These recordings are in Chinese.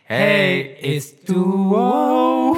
Hey, it's Duo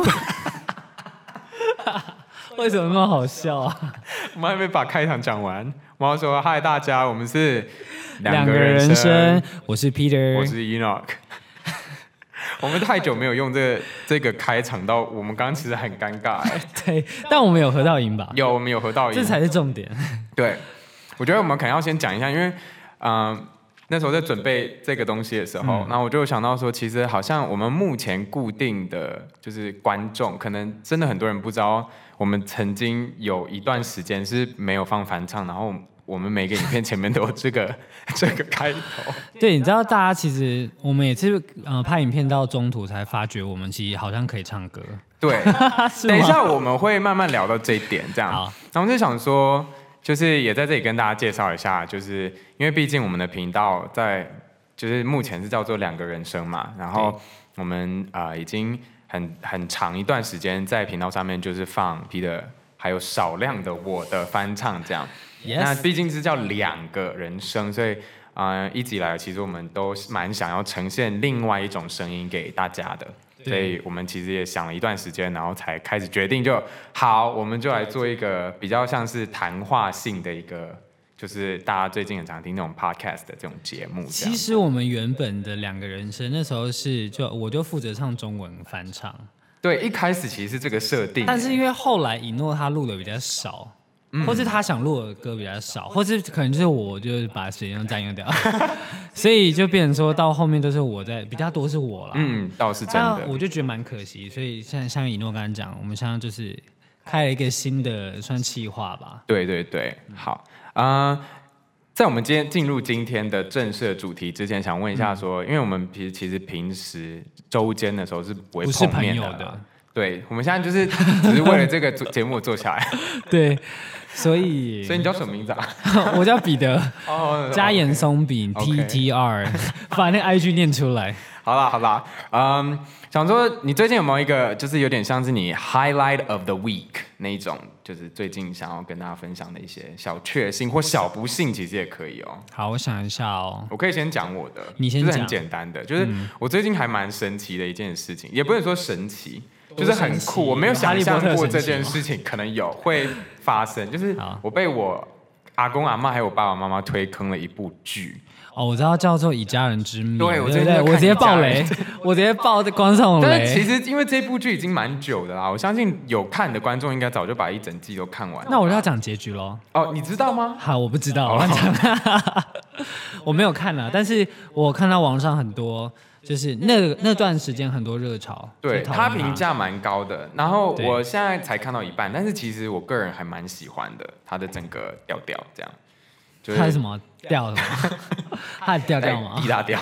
为什么那么好笑啊？ 我们还没把开场讲完，我要说嗨大家，我们是两个人生，我是 Peter， 我是 Enoch。我们太久没有用这个开场到，我们刚刚其实很尴尬对，但我们有合到音吧？ 有，我们有合到音， 这才是重点。 对，我觉得我们可能要先讲一下，因为那时候在准备这个东西的时候，那我就想到说，其实好像我们目前固定的就是观众，可能真的很多人不知道，我们曾经有一段时间是没有放翻唱，然后我们每个影片前面都有这个开头。 对，你知道大家其实我们也是拍影片到中途才发觉，我们其实好像可以唱歌。 对，等一下我们会慢慢聊到这一点，这样。然后我就想说。就是也在这里跟大家介绍一下，就是因为毕竟我们的频道就是目前是叫做两个人生嘛，然后我们已经很长一段时间在频道上面就是放 Peter 还有少量的我的翻唱这样。 Yes. 那毕竟是叫两个人生，所以一直以来其实我们都蛮想要呈现另外一种声音给大家的。所以我们其实也想了一段时间，然后才开始决定就好，我们就来做一个比较像是谈话性的一个，就是大家最近很常听那种 podcast 的这种节目。 其实我们原本的两个人生那时候我就负责唱中文翻唱。 对，一开始其实是这个设定， 但是因为后来以诺他录的比较少。或是他想录的歌比较少，或是可能就是我就是把时间都占用掉，所以就变成说到后面都是我在比较多是我啦。 倒是真的。 我就觉得蛮可惜，所以现在像以诺刚才讲，我们现在就是开了一个新的算企划吧。 对对对，好在我们今天进入今天的正式的主题之前，想问一下说，因为我们其实平时周间的时候是不会碰面的。对，我们现在就是只是为了这个节目做下来。 对，所以你叫什么名字啊？ 我叫彼得，加盐松饼 TTR， 把那个 IG 念出来。 好啦，想说你最近有没有一个就是有点像是你 highlight of the week 那一种，就是最近想要跟大家分享的一些小确幸或小不幸，其实也可以哦。 好，我想一下哦。 我可以先讲我的， 你先讲， 就是很简单的，就是我最近还蛮神奇的一件事情，也不能说神奇。就是很酷，我没有想象过这件事情可能会发生。就是我被我阿公阿嬷还有我爸爸妈妈推坑了一部剧。 哦，我知道叫做《以家人之名》。 对，我直接爆雷，我直接爆关上雷。 但是其实因为这部剧已经蛮久的啦，我相信有看的观众应该早就把一整季都看完了。 那我就要讲结局咯。 哦，你知道吗？ 好，我不知道，我没有看了，但是我看到网上很多。就是那段时间很多热潮， 对他评价蛮高的。然后我现在才看到一半，但是其实我个人还蛮喜欢的，他的整个调调这样。 他是什么调的吗？他的调吗 ？D 大调。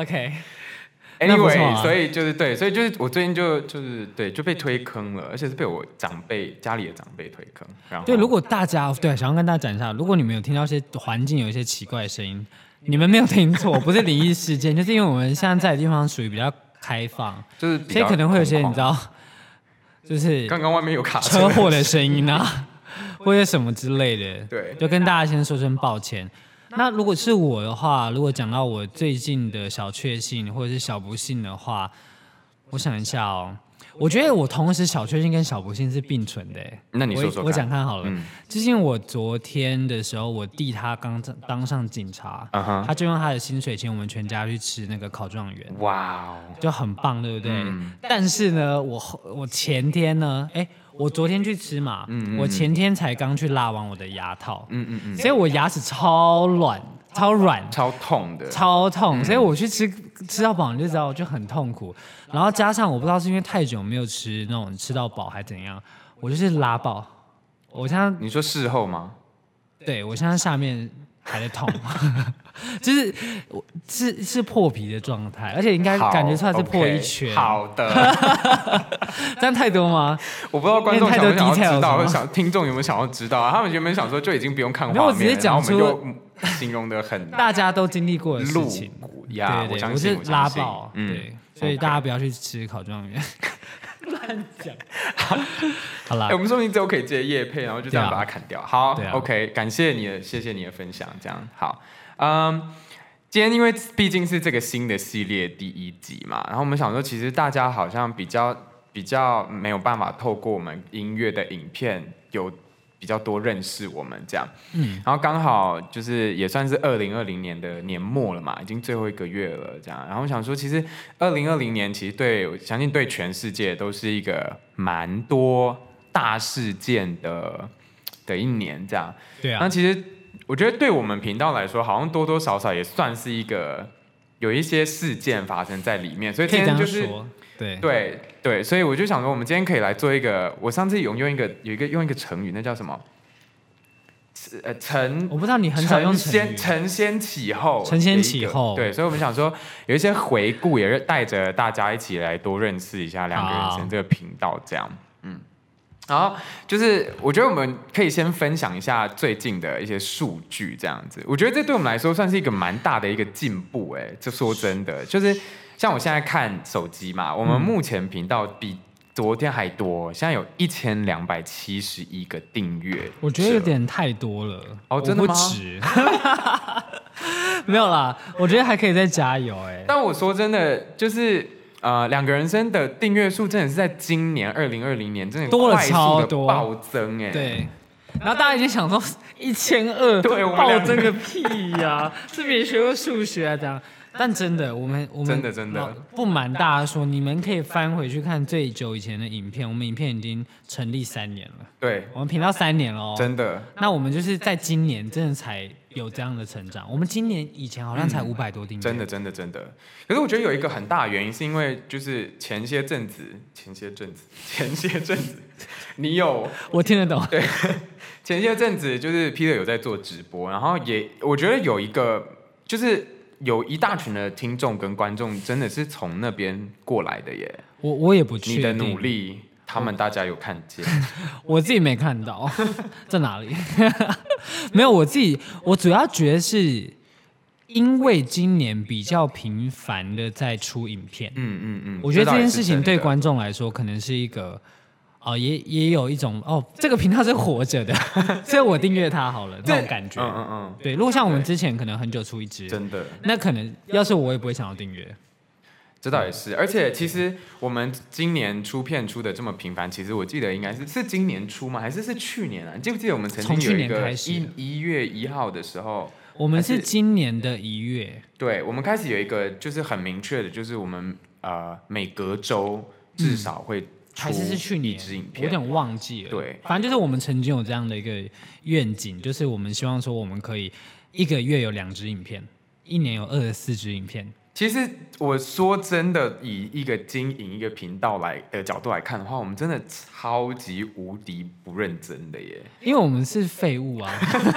OK。Anyway， 所以就是对，所以就是我最近就是对就被推坑了，而且是被我家里的长辈推坑。 对，如果大家想要跟大家讲一下，如果你们有听到一些环境有一些奇怪的声音。你们没有听错，不是灵异事件，就是因为我们现在在的地方属于比较开放， 就是所以可能会有些你知道，就是刚刚外面有卡车祸的声音啊，或者什么之类的， 对， 就跟大家先说声抱歉。那如果是我的话，如果讲到我最近的小确幸或者是小不幸的话，我想一下哦。我觉得我同时小确幸跟小不幸是并存的。 那你说说看。 我讲看好了。就是因为我昨天的时候，我弟他刚当上警察，他就用他的薪水请我们全家去吃那个烤状元。 哇哦， 就很棒，对不对？但是呢，我前天呢，我昨天去吃嘛，我前天才刚去拉完我的牙套，所以我牙齿超软， 超痛的， 超痛，所以我去吃到饱你就知道就很痛苦，然后加上我不知道是因为太久没有吃那种吃到饱还怎样，我就是拉爆。我现在你说事后吗？ 对，我现在下面还在痛，是破皮的状态，而且应该感觉出来是破一圈。 好的， 这样太多吗？ 我不知道观众想不想要知道，听众有没有想要知道啊？他们原本想说就已经不用看画面， 我直接讲出形容的很大家都经历过的事情。 对，我是拉爆，对，所以大家不要去吃烤状元。乱讲，好啦， 我们说明之后可以接业配，然后就这样把它砍掉。好，OK，谢谢你的分享，这样好。 今天因为毕竟是这个新的系列第1集嘛，然后我们想说，其实大家好像比较没有办法透过我们音乐的影片有比较多认识我们这样，然后刚好就是也算是2020年的年末了嘛，已经最后1个月了这样，然后我想说，其实2020年其实我相信对全世界都是一个蛮多大事件的1年这样， 对啊， 那其实我觉得对我们频道来说，好像多多少少也算是有一些事件发生在里面，所以今天就是对，所以我就想说，我们今天可以来做一个，我上次用一个成语，那叫什么？ 我不知道你很少用成语。 承先启后。 承先启后。 对，所以我们想说有一些回顾，也是带着大家一起来多认识一下两个人生这个频道，这样。然后就是我觉得我们可以先分享一下最近的一些数据，这样子。我觉得这对我们来说算是一个蛮大的一个进步，这说真的，就是像我现在看手机嘛，我们目前频道比昨天还多，现在有1271个订阅。 我觉得有点太多了。 哦，真的吗？ 不止。没有啦，我觉得还可以再加油但我说真的，就是两个人生的订阅数真的是在今年2020年真的多了超多暴增对。然后大家已经想说1200， 对， 暴增个屁呀！是没学过数学啊这样。但真的，我们真的不瞒大家说，你们可以翻回去看最久以前的影片，我们影片已经成立3年了。 对， 我们频道3年了真的。 那我们就是在今年真的才有这样的成长。我们今年以前好像才500多订阅。 真的。可是我觉得有一个很大的原因，是因为就是前些阵子，你有我听得懂。 对，前些阵子就是 Peter 有在做直播，然后我觉得有一个就是有一大群的听众跟观众真的是从那边过来的耶。 我也不确定你的努力，他们大家有看见。 我自己没看到，在哪里？没有，我主要觉得是因为今年比较频繁的在出影片。我觉得这件事情对观众来说可能是一个。也有一种这个频道是活着的，所以我订阅它好了，那种感觉。对，如果像我们之前可能很久出一支， 真的， 那可能要是我也不会想要订阅。 这倒也是，而且其实我们今年出片出的这么频繁，其实我记得应该是今年出吗？还是去年啊？你记不记得我们曾经有一个1月1号的时候， 我们是今年的1月， 对，我们开始有一个就是很明确的，就是我们每隔周至少会。 还是去年，我有点忘记了。 对， 反正就是我们曾经有这样的一个愿景，就是我们希望说我们可以1个月有2支影片，1年有24支影片。 其实我说真的，以一个经营一个频道的角度来看的话，我们真的超级无敌不认真的耶。 因为我们是废物啊。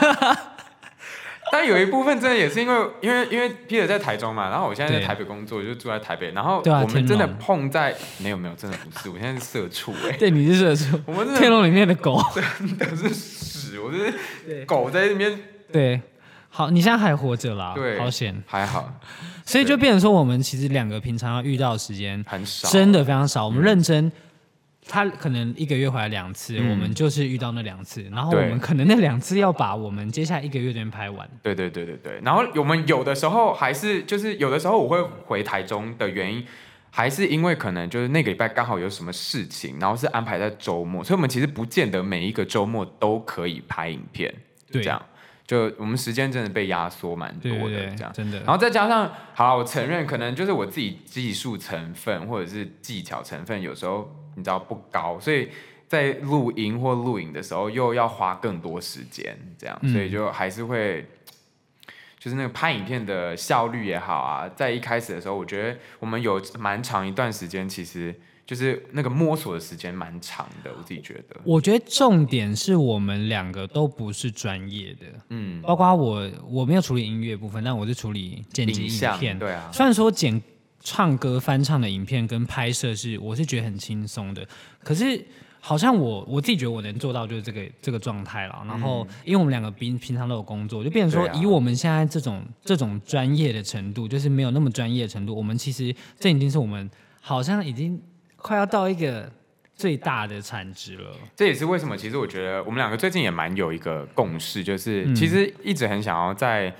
但有一部分真的也是因为 Peter 在台中嘛，然后我现在在台北工作，就住在台北，然后我们真的碰在没有，真的不是，我现在是社畜对，你是社畜， 我们天龙里面的狗， 真的是屎，我就是狗在那边。 对，好，你现在还活着啦， 对， 好险， 还好。 所以就变成说，我们其实2个平常要遇到的时间很少， 真的非常少。我们认真。他可能1个月回来2次，我们就是遇到那2次，然后我们可能那2次要把我们接下来1个月的拍完。 对，然后我们有的时候还是就是有的时候我会回台中的原因，还是因为可能就是那个礼拜刚好有什么事情，然后是安排在周末，所以我们其实不见得每一个周末都可以拍影片，这样。就我们时间真的被压缩蛮多的，这样真的。 然后再加上，好，我承认可能就是我自己技术成分或者是技巧成分有时候你知道不高，所以在录音或录影的时候又要花更多时间，这样，所以就还是会，就是那个拍影片的效率也好啊，在一开始的时候，我觉得我们有蛮长一段时间其实。就是那个摸索的时间蛮长的，我自己觉得。 我觉得重点是我们2个都不是专业的，包括我没有处理音乐部分，但我是处理剪辑影片。 对啊。 虽然说唱歌翻唱的影片跟拍摄我是觉得很轻松的，可是好像我自己觉得我能做到就是这个状态了。然后因为我们2个平常都有工作，就变成说以我们现在这种专业的程度，就是没有那么专业的程度，我们其实这已经是我们好像已经。快要到一个最大的产值了， 这也是为什么。其实我觉得我们2个最近也蛮有一个共识，就是其实一直很想要在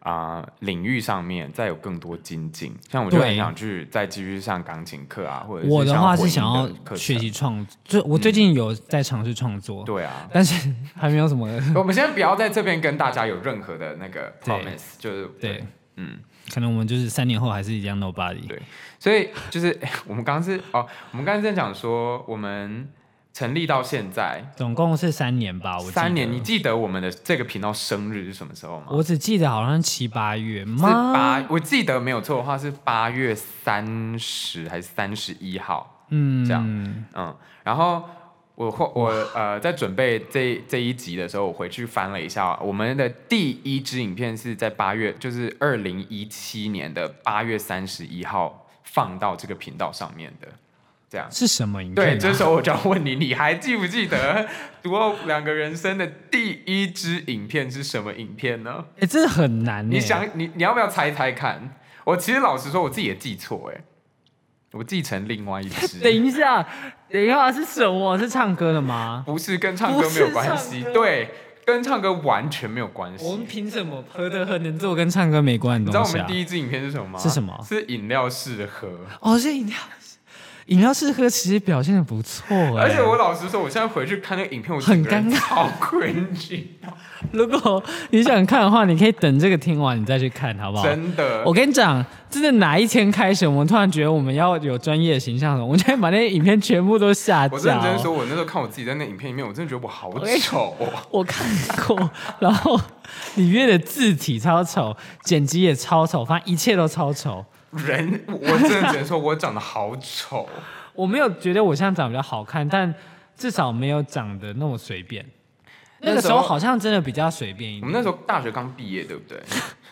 领域上面再有更多精进，像我就很想去再继续上钢琴课啊，或者是我的话是想要学习创，就我最近有在尝试创作， 对啊， 但是还没有什么。 我们现在不要在这边跟大家有任何的那个 promise， 就是对，可能我们就是3年后还是一样 nobody。 对，所以就是我们刚刚在讲说我们成立到现在， 总共是3年吧，我记得 3年。你记得我们的这个频道生日是什么时候吗？ 我只记得好像7、8月吗？ 我记得没有错的话是8月30还是31号，这样，然后我在准备这一集的时候，我回去翻了一下，我们的第一支影片是在8月，就是2017年的8月31号放到这个频道上面的。这样是什么影片？ 对，这时候我就要问你，你还记不记得独偶2个人生的第一支影片是什么影片呢？ 这很难。 你要不要猜猜看？我其实老实说，我自己也记错，我记成另外一支。 等一下，是什么？是唱歌的吗？ 不是，跟唱歌没有关系。对，跟唱歌完全没有关系。 我们凭什么何德何能做跟唱歌没关的东西？ 你知道我们第一支影片是什么吗？ 是什么？ 是饮料试喝。 是饮料。饮料试喝其实表现的不错而且我老实说，我现在回去看那个影片，我很尴尬， 好 cringy。 如果你想看的话，你可以等这个听完你再去看，好不好？ 真的， 我跟你讲，真的哪一天开始，我们突然觉得我们要有专业的形象了，我们就会把那些影片全部都下架。 我认真说，我那时候看我自己在那影片里面，我真的觉得我好丑我看过，然后里面的字体超丑，剪辑也超丑，反正一切都超丑。 我真的只能说我长得好丑。 我没有觉得我现在长得比较好看，但至少没有长得那么随便。那个时候好像真的比较随便一点。 我们那时候大学刚毕业，对不对？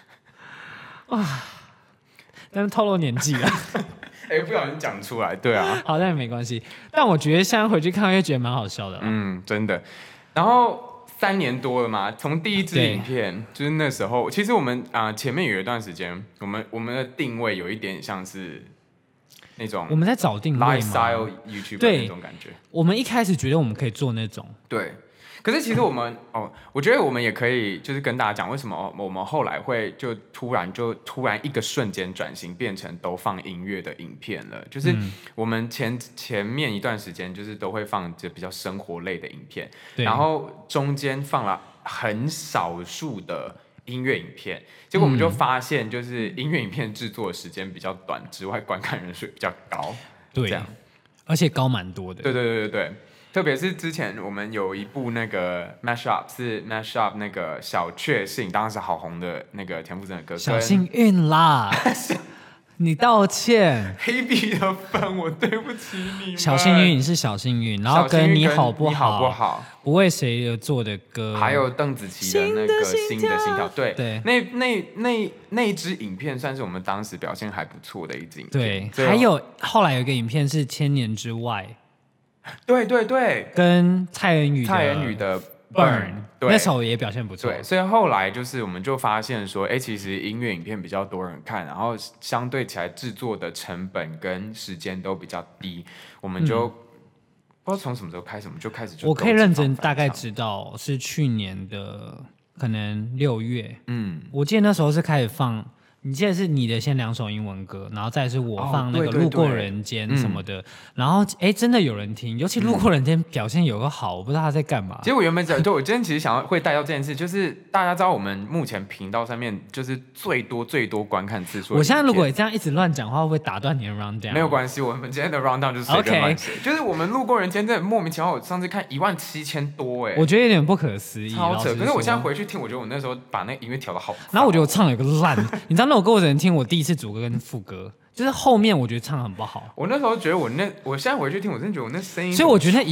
但是透露年纪了。 不小心讲出来，对啊。 好，但也没关系。但我觉得现在回去看，会觉得蛮好笑的。 真的。然后3年多了嘛，从第一支影片就是那时候，其实我们前面有一段时间，我们的定位有一点像是那种我们在找定位吗 lifestyle YouTuber 那种感觉。 我们一开始觉得我们可以做那种， 对。可是其实我们我觉得我们也可以就是跟大家讲，为什么我们后来会就突然一个瞬间转型变成都放音乐的影片了。就是我们前面一段时间就是都会放着比较生活类的影片，然后中间放了很少数的音乐影片，结果我们就发现就是音乐影片制作的时间比较短之外，观看人数比较高， 对，这样，而且高蛮多的。 对。特别是之前我们有一部那个 Mash Up 是 Mash Up 那个小确幸，当时好红的那个田馥甄的歌， 小幸运啦，你道歉。 黑笔的粉，我对不起你。 小幸运是小幸运，然后跟你好不好， 不为谁而做的歌， 还有邓紫棋的那个新的心跳， 对， 那一支影片算是我们当时表现还不错的一支影片。对，还有后来有一个影片是千年之外。 对， 跟蔡恩宇的 Burn 那首也表现不错。 对，所以后来就是我们就发现说，其实音乐影片比较多人看，然后相对起来制作的成本跟时间都比较低，我们就不知道从什么时候开始，我们就开始我可以认真大概知道是去年的可能6月，我记得那时候是开始放。你记得是你的先2首英文歌，然后再是我放那个路过人间什么的，然后真的有人听，尤其路过人间表现有个好，我不知道他在干嘛。 其实我原本讲，我今天其实想要会带到这件事，就是大家知道我们目前频道上面就是最多观看次数。 我现在如果这样一直乱讲话，会不会打断你的 round down？ 没有关系，我们今天的 round down 就是随便乱写，就是我们路过人间真的莫名其妙，我上次看17000多我觉得有点不可思议， 超扯。可是我现在回去听，我觉得我那时候把那音乐调得好， 然后我觉得我唱有个烂，你知道那首歌我只能听我第一次主歌跟副歌，就是后面我觉得唱很不好。 我那时候觉得我现在回去听，我真的觉得我那声音， 所以我觉得那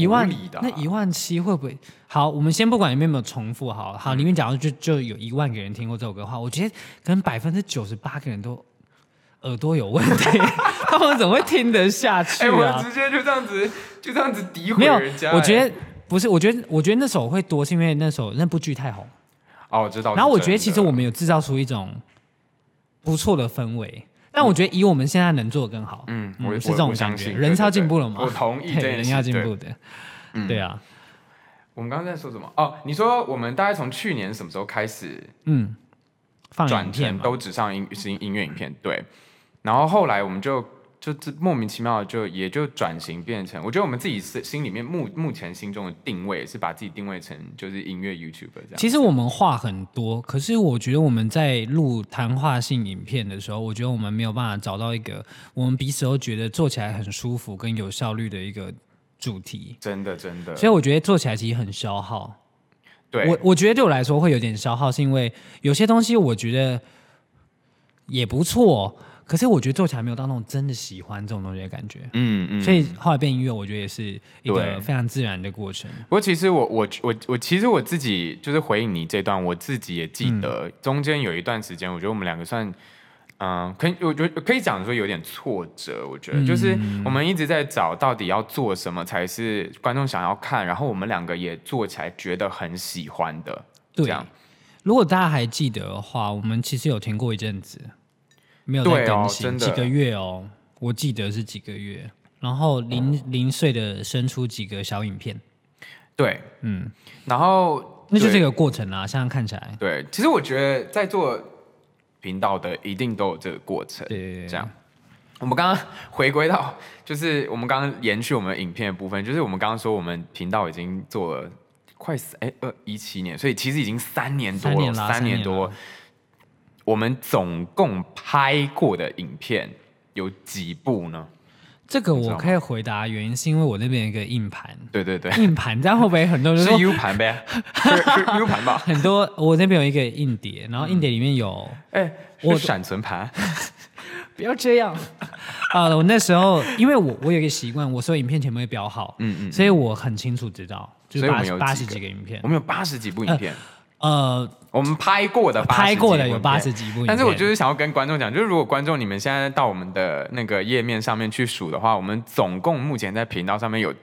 17000会不会好？我们先不管有没有重复，好，里面假如就有1万个人听过这首歌的话，我觉得可能98%个人都耳朵有问题，他们怎么会听得下去啊？ 我直接就这样子诋毁人家。 没有，我觉得不是，我觉得那首会多是因为那部剧太红。 我知道。 然后我觉得其实我们有制造出一种不错的氛围，但我觉得以我们现在能做的更好。我是这种感觉。人是要进步了嘛？ 我同意， 人要进步的。对啊。 我们刚刚在说什么？你说我们大概从去年什么时候开始？ 转成都只上音乐影片，对。然后后来我们就莫名其妙的也就转型变成，我觉得我们自己心里面目前心中的定位是把自己定位成就是音乐 YouTuber 这样。 其实我们话很多，可是我觉得我们在录谈话性影片的时候，我觉得我们没有办法找到一个我们彼此都觉得做起来很舒服跟有效率的一个主题。 真的。 所以我觉得做起来其实很消耗。 对， 我觉得对我来说会有点消耗，是因为有些东西我觉得也不错。可是我觉得做起来没有到那种真的喜欢这种东西的感觉，所以后来变音乐，我觉得也是一个非常自然的过程。 不过其实其实我自己就是回应你这段，我自己也记得中间有一段时间，我觉得我们两个算，我觉得可以讲说有点挫折。我觉得就是我们一直在找到底要做什么才是观众想要看，然后我们两个也做起来觉得很喜欢的。 对， 这样。 如果大家还记得的话，我们其实有停过一阵子。没有在更新，几个月哦，我记得是几个月，然后零碎的生出几个小影片， 对，然后那就是一个过程啦，现在看起来， 对，其实我觉得在做频道的一定都有这个过程， 对， 这样。我们刚刚回归到，就是我们刚刚延续我们影片的部分，就是我们刚刚说我们频道已经做了快17年，所以其实已经3年多了，3年多。我们总共拍过的影片有几部呢？ 这个我可以回答，原因是因为我那边有一个硬盘。 对， 硬盘，这样会不会很多人说是 U 盘呗？是 U 盘吧？ 很多，我那边有一个硬碟，然后硬碟里面有， 是闪存盘。 不要这样我那时候因为我有一个习惯，我所有影片全部会标号，所以我很清楚知道，就是80几个影片， 我们有80几部影片。我们拍过的有80几部， 但是我就是想要跟观众讲，就是如果观众你们现在到我们的那个页面上面去数的话，我们总共目前在频道上面有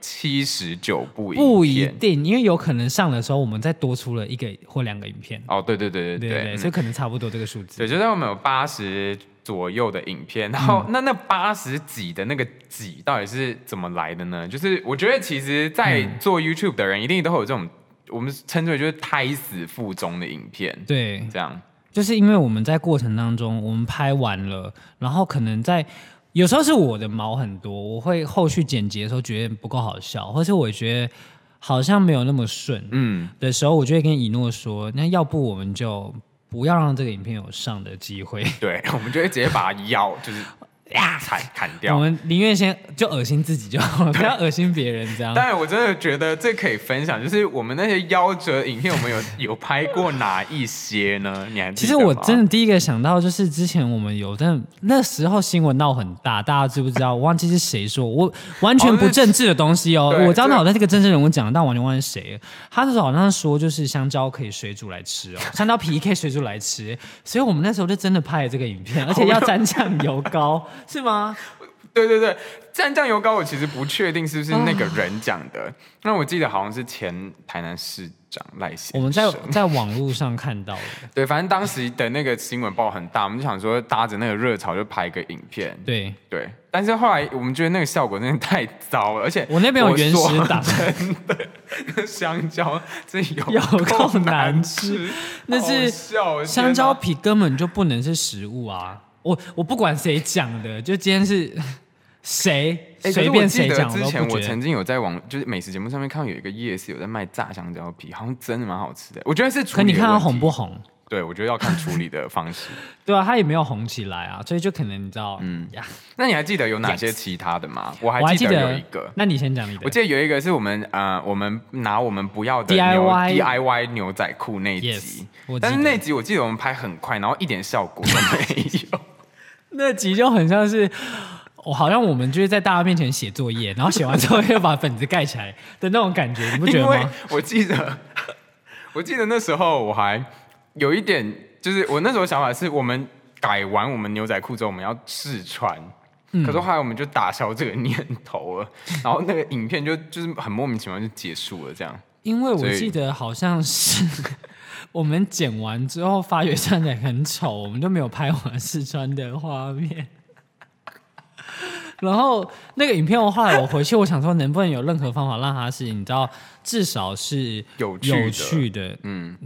79部影片。 不一定，因为有可能上的时候我们再多出了1个或2个影片。 哦，对， 所以可能差不多这个数字。 对，就在我们有80左右的影片，然后那80几的那个几到底是怎么来的呢？就是我觉得其实，在做 YouTube 的人一定都会有这种。我们称之为就是胎死腹中的影片， 对， 这样就是因为我们在过程当中，我们拍完了，然后可能有时候是我的毛很多，我会后续剪辑的时候觉得不够好笑，或是我觉得好像没有那么顺，的时候，我就会跟以诺说，那要不我们就不要让这个影片有上的机会， 对，我们就会直接把它腰就是砍掉。 我们宁愿先就恶心自己就好了，不要恶心别人这样。 当然，我真的觉得这可以分享，就是我们那些夭折影片，我们有拍过哪一些呢？你还记得吗？ 其实我真的第一个想到就是之前我们有，但那时候新闻闹很大，大家知不知道？我忘记是谁说，我完全不政治的东西哦。我知道那我在这个政治人物讲，但我完全忘记是谁了。他那时候好像说，就是香蕉可以水煮来吃哦，香蕉皮可以水煮来吃，所以我们那时候就真的拍了这个影片，而且要沾酱油膏。是吗？ 对，蘸酱油膏我其实不确定是不是那个人讲的，那我记得好像是前台南市长赖先生。 我们在网络上看到的。 对，反正当时的那个新闻报很大，我们就想说搭着那个热潮就拍一个影片。 对， 但是后来我们觉得那个效果真的太糟了，而且我那边有原始档， 真的，那香蕉真有够难吃，那是香蕉皮根本就不能是食物啊。我不管谁讲的，就今天是谁随便谁讲。 之前我曾经有在就是美食节目上面看到有一个夜市有在卖炸香蕉皮，好像真的蛮好吃的。我觉得是处理的问题。 可你看它红不红？ 对，我觉得要看处理的方式。 对啊，它也没有红起来啊，所以就可能你知道， 那你还记得有哪些其他的吗？我还记得有一个。 那你先讲你的。 我记得有一个是我们拿我们不要的 DIY 牛仔裤那一集，但是那集我记得我们拍很快，然后一点效果都没有。 那集就很像是，好像我们就是在大家面前写作业，然后写完之后又把本子盖起来的那种感觉，你不觉得吗？ 因为我记得那时候我还有一点，就是我那时候想法是我们改完我们牛仔裤之后，我们要试穿。可是后来我们就打消这个念头了，然后那个影片就是很莫名其妙就结束了，这样。 因为我记得好像是我们剪完之后发觉看起来很丑，我们就没有拍完试穿的画面。然后那个影片，后来我回去，我想说能不能有任何方法让它是你知道至少是有趣的，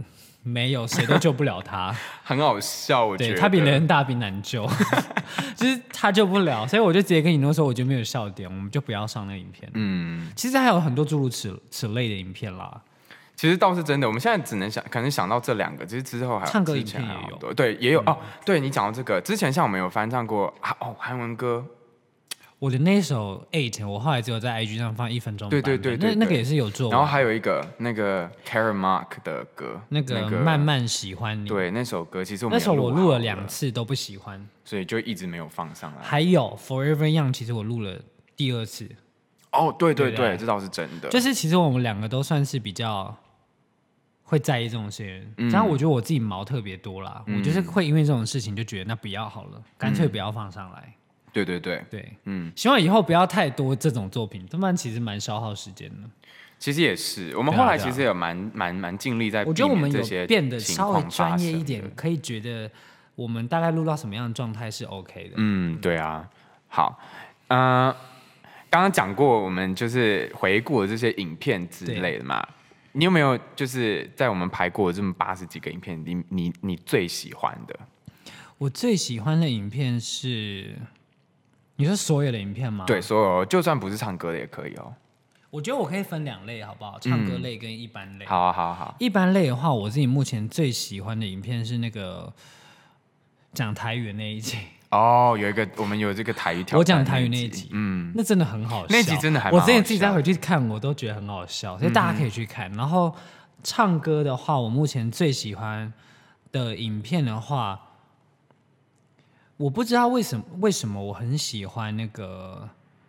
没有，谁都救不了他， 很好笑，我觉得。 对，他比人大，比难救，就是他救不了，所以我就直接跟你说，我觉得没有笑点，我们就不要上那个影片。其实还有很多诸如此类的影片啦。 其实倒是真的，我们现在只能可能想到这2个，其实之后还有唱歌影片也有， 对，也有哦。对你讲到这个，之前像我们有翻唱过韩文歌。 我的那首 8， 我后来只有在 IG 上放1分钟版本。对，那个也是有做。 然后还有一个那个 Karamark 的歌， 那个慢慢喜欢你。 对，那首歌其实那首我录了2次都不喜欢， 所以就一直没有放上来。 还有 Forever Young， 其实我录了第2次。 哦，对，这倒是真的。 就是其实我们2个都算是比较会在意这种事情，然后我觉得我自己毛特别多啦，我就是会因为这种事情就觉得那不要好了，干脆不要放上来。 对， 希望以后不要太多这种作品，不然其实蛮消耗时间的。 其实也是，我们后来其实也蛮尽力在避免这些情况发生的。 我觉得我们有变得稍微专业一点，可以觉得我们大概录到什么样的状态是 OK 的。 对啊。好，刚刚讲过，我们就是回顾了这些影片之类的嘛。你有没有就是在我们拍过这么80几个影片，你最喜欢的？ 我最喜欢的影片是。你说所有的影片吗？ 对，所有，就算不是唱歌的也可以哦。 我觉得我可以分2类，好不好？唱歌类跟一般类。 好。 一般类的话，我自己目前最喜欢的影片是那个讲台语的那一集。 哦，我们有这个台语挑战。 我讲台语那一集，那真的很好笑。 那集真的还蛮好笑。 我之前自己再回去看，我都觉得很好笑，所以大家可以去看。然后唱歌的话，我目前最喜欢的影片的话。我不知道为什么我很喜欢那个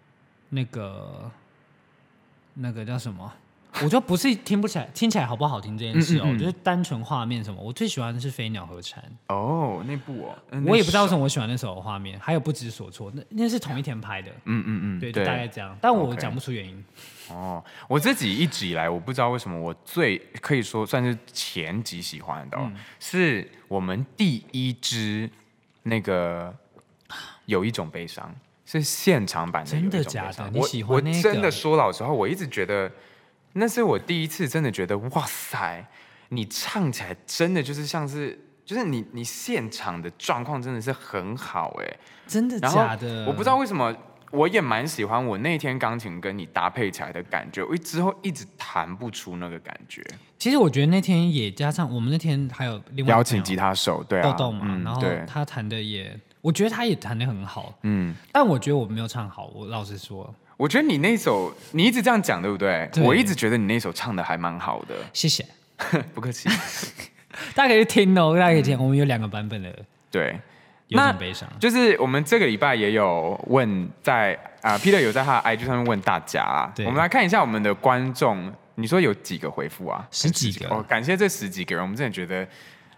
叫什么？我就不是听起来好不好听这件事哦，我觉得单纯画面什么，我最喜欢的是飞鸟和蝉。 哦，那部哦， 我也不知道为什么我喜欢那首画面，还有不知所措，那是同一天拍的。对，就大概这样，但我讲不出原因。 哦，我自己一直以来，我不知道为什么我最可以说算是前几喜欢的是我们第1支。那个有一种悲伤是现场版的， 真的假的？你喜欢那个？ 我真的说老实话，我一直觉得那是我第一次真的觉得，哇塞，你唱起来真的就是像是，就是你现场的状况真的是很好哎， 真的假的？ 我不知道为什么，我也蛮喜欢我那天钢琴跟你搭配起来的感觉，我之后一直弹不出那个感觉。 其实我觉得那天也加上我们那天还有另外邀请吉他手，对啊， 豆豆嘛，然后他弹的也，我觉得他也弹得很好，但我觉得我没有唱好，我老实说。 我觉得你那首你一直这样讲，对不对？我一直觉得你那首唱的还蛮好的， 谢谢， 不客气。 大家可以听哦，大家可以听，我们有2个版本的， 对。 有点悲伤， 就是我们这个礼拜也有问在Peter 有在他的 IG 上面问大家啊，我们来看一下我们的观众，你说有几个回复啊 ？10几个哦，感谢这10几个人，我们真的觉得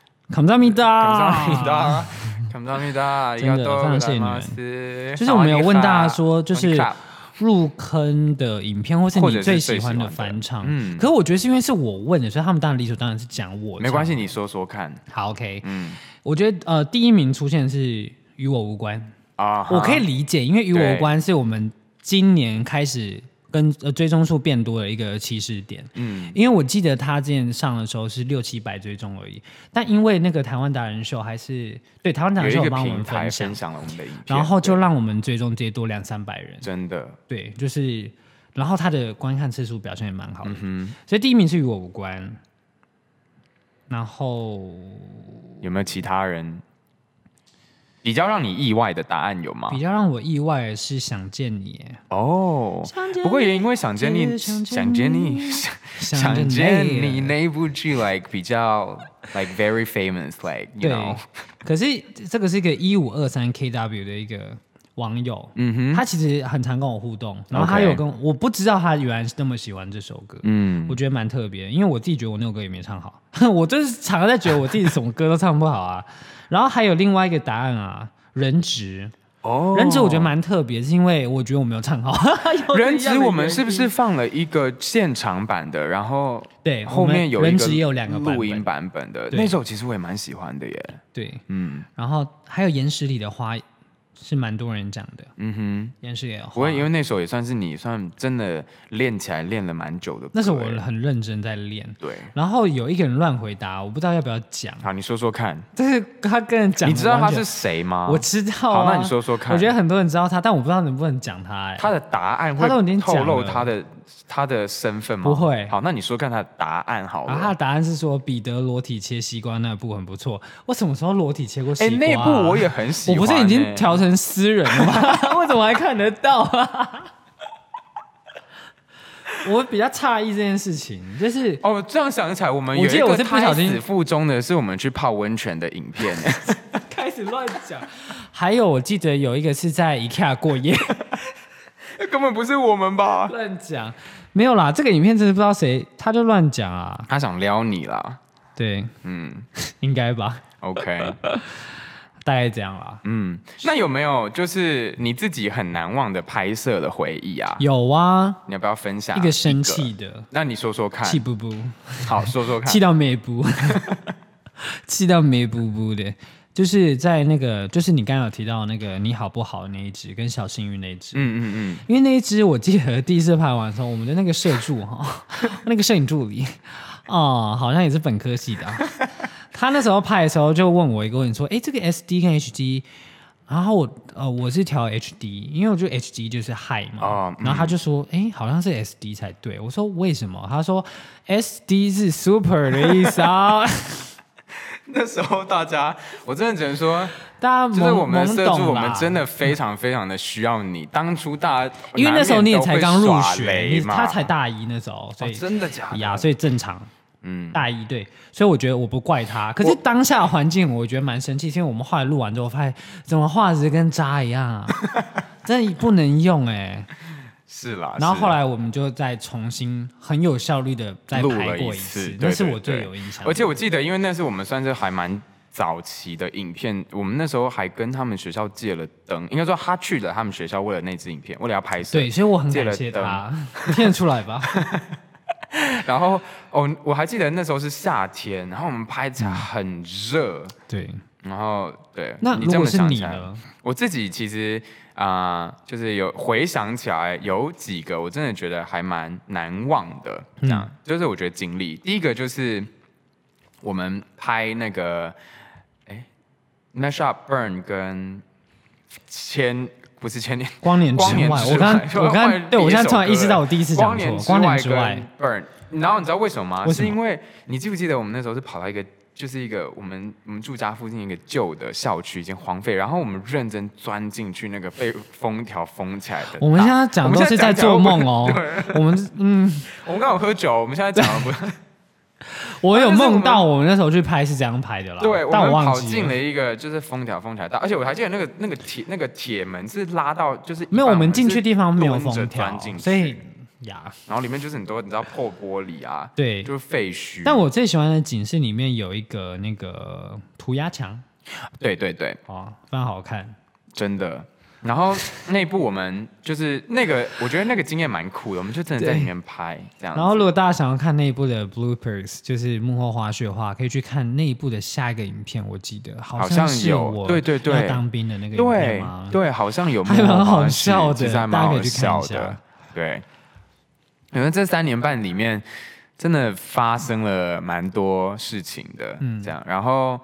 감사합니다，真的非常谢谢你们。就是我们有问大家说，就是入坑的影片，或是你最喜欢的翻唱。可是我觉得是因为是我问的，所以他们当然理所当然是讲我。 没关系，你说说看。 好 ，OK。我觉得第1名出现的是与我无关啊，我可以理解，因为与我无关是我们今年开始跟追踪数变多的一个起始点。因为我记得他之前上的时候是600-700追踪而已，但因为那个台湾达人秀还是对台湾达人秀帮我们分享了我们的影片， 然后就让我们追踪直接多200-300人， 真的对，就是然后他的观看次数表现也蛮好的，所以第1名是与我无关。然后有没有其他人比较让你意外的答案有吗？ 比较让我意外的是想见你哦，不过也因为想见你那一部剧 like 比较 like very famous like you know， 可是这个是一个1523KW 的一个网友，他其实很常跟我互动，然后他有跟我不知道他原来是那么喜欢这首歌，我觉得蛮特别，因为我自己觉得我那首歌也没唱好，我就是常常在觉得我自己什么歌都唱不好啊。然后还有另外一个答案啊，人质。人质我觉得蛮特别，是因为我觉得我没有唱好。 人质我们是不是放了一个现场版的，然后对后面有一个录音版本的那首，其实我也蛮喜欢的耶。 对，然后还有岩石里的花。 是蛮多人讲的。厌世野花。 不会，因为那首也算是你算真的练起来练了蛮久的歌。 那是我很认真在练。 对。 然后有一个人乱回答，我不知道要不要讲。 好，你说说看。 但是他跟人讲， 你知道他是谁吗？ 我知道、啊。 好，那你说说看。 我觉得很多人知道他，但我不知道能不能讲他。 他的答案会透露他的身份吗？ 不会。 好，那你说看他的答案好了。 他的答案是说彼得裸体切西瓜那部很不错。我什么时候裸体切过西瓜、 那部我也很喜欢。 我不是已经调成私人了吗？为什么还看得到啊？我比较诧异这件事情，就是这样想起来，我们有一个胎死腹中的是我们去泡温泉的影片， 开始乱讲。还有我记得有一个是在 IKEA 过夜， 根本不是我们吧？ 乱讲，没有啦，这个影片真的不知道谁，他就乱讲啊， 他想撩你啦， 对，应该吧 ，OK。 大概这样啦。 那有没有就是你自己很难忘的拍摄的回忆啊？ 有啊， 你要不要分享一个生气的？ 那你说说看。 气不不， 好，说说看。 气到没不，气到没不不的，就是在那个，就是你刚刚有提到那个你好不好那一支，跟小幸运那一支。因为那一支我记得第一次拍完的时候，我们的那个摄助那个摄影助理好像也是本科系的。他那时候拍的时候就问我一个问题，说：“这个 SD 跟 HD， 然后我是调 HD， 因为我觉得 HD 就是 high 嘛。然后他就说：好像是 SD 才对。我说为什么？他说 SD 是 super 的意思啊。 那时候大家，我真的只能说， 大家就是我们的摄助，我们真的非常非常的需要你。当初大家因为那时候你也才刚入学，他才大一那时候，所以真的假的呀？所以正常。大一对，所以我觉得我不怪他。可是当下环境，我觉得蛮生气，因为我们后来录完之后，发现怎么画质跟渣一样啊，真的不能用是啦。 然后后来我们就再重新很有效率的再拍过一次，那是我最有印象。 而且我记得，因为那是我们算是还蛮早期的影片，我们那时候还跟他们学校借了灯，应该说他去了他们学校为了那支影片，为了要拍摄， 对，所以我很感谢他，听得出来吧？ 然后我还记得那时候是夏天，然后我们拍起来很热， 对， 然后对， 那如果是你呢？ 我自己其实就是有回想起来有几个我真的觉得还蛮难忘的，这样就是我觉得经历，第一个就是我们拍那个Mash Up Burn 跟不是千年光年之外，我刚对我现在突然意识到我第一次讲错，光年之外 Burn， 然后你知道为什么吗？是因为你记不记得我们那时候是跑到一个就是一个我们住家附近一个旧的校区已经荒废，然后我们认真钻进去那个被封条封起来的。 我们现在讲都是在做梦哦。我们我们刚好喝酒，我们现在讲的不。 我有梦到我们那时候去拍是这样拍的啦， 对， 但我们跑进了一个就是封条封起来，而且我还记得那个铁门是拉到就是没有我们进去地方没有封条，所以呀， 然后里面就是很多你知道破玻璃啊， 对， 就是废墟。 但我最喜欢的景是里面有一个那个涂鸦墙， 对， 非常好看， 真的。然后内部我们就是那个，我觉得那个经验蛮酷的，我们就真的在里面拍这样。 然后如果大家想要看内部的 bloopers， 就是幕后花絮的话，可以去看内部的下一个影片，我记得好像是我对要当兵的那个影片吗？ 对，好像有， 还蛮好笑的， 其实还蛮好笑的。 对，因为这3年半里面真的发生了蛮多事情的，这样。然后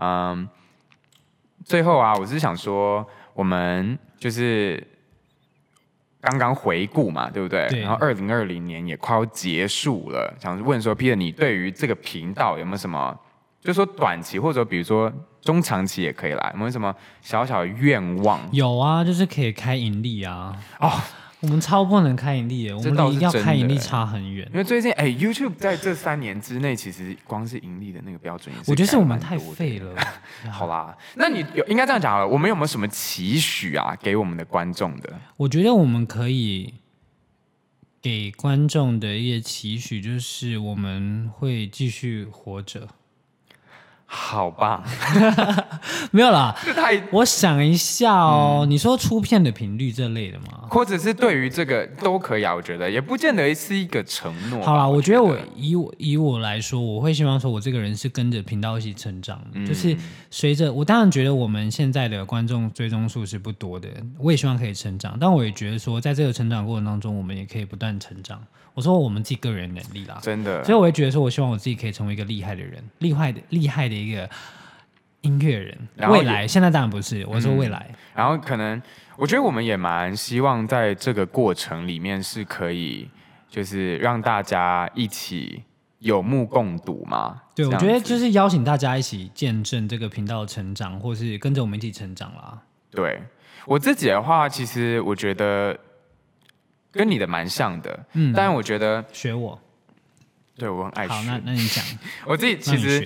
最后啊，我是想说。我们就是刚刚回顾嘛，对不对？然后2020年也快要结束了，想问说 Peter， 你对于这个频道有没有什么，就是说短期或者比如说中长期也可以啦，有没有什么小小的愿望？ 有啊，就是可以开盈利啊。我们超不能开盈利的，我们离要开盈利差很远。 因为最近YouTube 在这3年之内，其实光是盈利的那个标准也是， 我觉得是我们太废了。 好啦，那你应该这样讲了，我们有没有什么期许啊，给我们的观众的？ 我觉得我们可以给观众的一个期许，就是我们会继续活着。 好吧， 没有啦，我想一下哦，你说出片的频率这类的吗？ 或者是对于这个都可以啊，我觉得也不见得是一个承诺。 好啦，我觉得以我来说，我会希望说我这个人是跟着频道一起成长，就是随着我当然觉得我们现在的观众追踪数是不多的，我也希望可以成长，但我也觉得说在这个成长过程当中，我们也可以不断成长。我说我们自己个人能力啦， 真的， 所以我会觉得说，我希望我自己可以成为一个厉害的人，厉害的一个音乐人。未来，现在当然不是，我说未来。 然后可能，我觉得我们也蛮希望在这个过程里面是可以，就是让大家一起有目共睹嘛。 对，我觉得就是邀请大家一起见证这个频道的成长，或是跟着我们一起成长啦。 对我自己的话，其实我觉得。跟你的蛮像的，但我觉得学我， 对我很爱学。 好，那你讲， 我自己其实，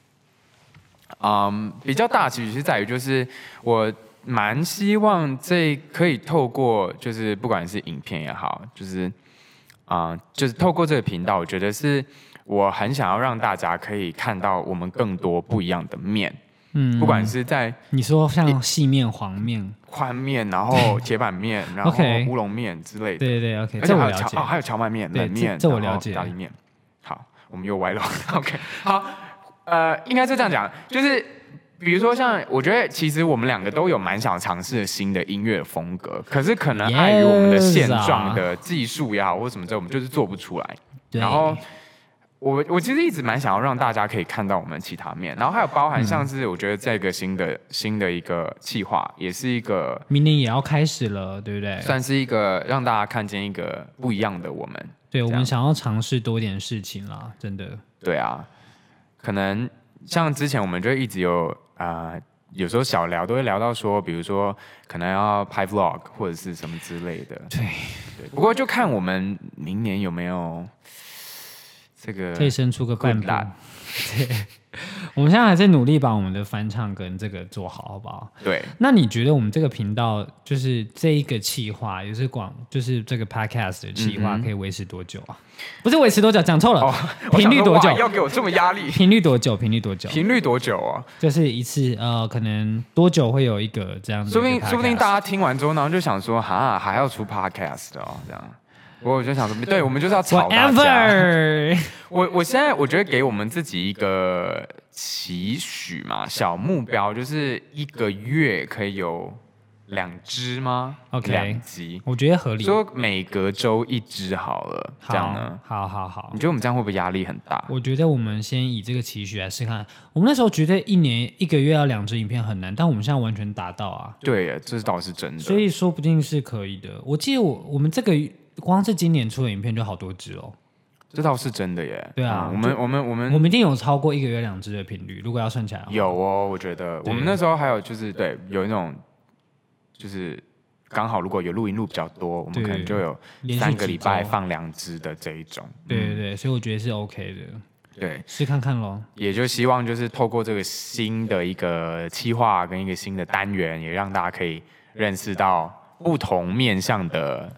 比较大其实是在于，就是我蛮希望这可以透过，就是不管是影片也好，就是就是透过这个频道，我觉得是我很想要让大家可以看到我们更多不一样的面。不管是在你说像细面、黄面、 宽面，然后铁板面，然后乌龙面之类的。 对 ，OK， 这我了解。 还有荞麦面、冷面， 这我了解。 意大利面。好，我们又歪了。OK， 好，应该是这样讲，就是比如说像，我觉得其实我们两个都有蛮想尝试新的音乐风格，可是可能碍于我们的现状的技术也好，或什么之类，我们就是做不出来。然后。我其实一直蛮想要让大家可以看到我们其他面，然后还有包含像是我觉得这个新的一个企划，也是一个明年也要开始了，对不对？ 算是一个让大家看见一个不一样的我们。 对，我们想要尝试多点事情啦，真的。 对啊，可能像之前我们就一直有有时候小聊都会聊到说，比如说可能要拍 vlog 或者是什么之类的。 对， 不过就看我们明年有没有。这个可以生出个半步，对，我们现在还在努力把我们的翻唱跟这个做好，好不好？ 对。 那你觉得我们这个频道就是这一个企划，也是就是这个 podcast 的企划，可以维持多久啊？不是维持多久，讲错了。频率多久？ 要给我这么压力？ 频率多久？频率多久啊？ 就是一次可能多久会有一个这样子？ 说不定大家听完之后，然后就想说，还要出 podcast 哦，这样。我就想说，对，我们就是要吵大家。我现在我觉得给我们自己一个期许嘛，小目标就是一个月可以有2支吗 ？OK， 2集， 我觉得合理。 说每隔周1支好了，这样呢？ 好。 你觉得我们这样会不会压力很大？ 我觉得我们先以这个期许来试看。我们那时候觉得一个月要2支影片很难，但我们现在完全达到啊。 对，这倒是真的。 所以说不定是可以的。我记得我们这个。光是今年出的影片就好多支哦， 这倒是真的耶。 对啊， 我们一定有超过1个月2支的频率，如果要算起来。 有哦，我觉得我们那时候还有就是对，有一种就是刚好如果有录音录比较多，我们可能就有3个礼拜放2支的这一种。 对，所以我觉得是 OK 的。 对， 试看看咯。 也就希望就是透过这个新的一个企划跟一个新的单元，也让大家可以认识到。不同面向的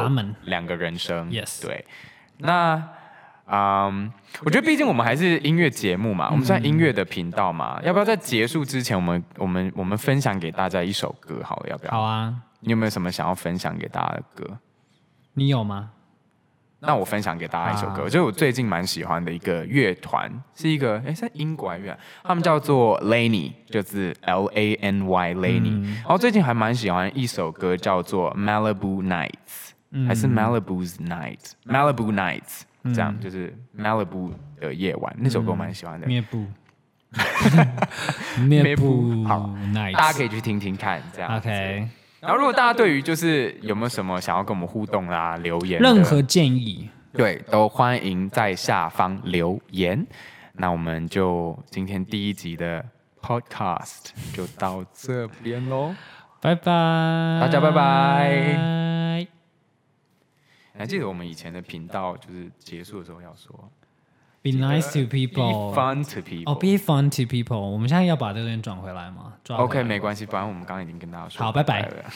2个人生 ，yes， 对，那我觉得毕竟我们还是音乐节目嘛，我们算音乐的频道嘛，要不要在结束之前，我们分享给大家一首歌好了，要不要？ 好啊， 你有没有什么想要分享给大家的歌？ 你有吗？ 那我分享给大家一首歌，就是我最近蛮喜欢的一个乐团，是一个是英国乐团，他们叫做 Lany， 就是 LANY Lany。然后最近还蛮喜欢一首歌叫做 Malibu Nights，还是 Malibu's Night，Malibu Nights，这样就是 Malibu 的夜晚，那首歌我蛮喜欢的。 Malibu 好，大家可以去听听看，这样。 OK。 然后，如果大家对于就是有没有什么想要跟我们互动啊、留言， 任何建议， 对，都欢迎在下方留言。那我们就今天第1集的 Podcast 就到这边咯， 拜拜， 大家拜拜。你还记得我们以前的频道就是结束的时候要说 Be nice to people, be fun to people. Be fun to people. 我们现在要把这个人转回来吗？ OK， 没关系，反正我们刚刚已经跟大家说。 好，拜拜。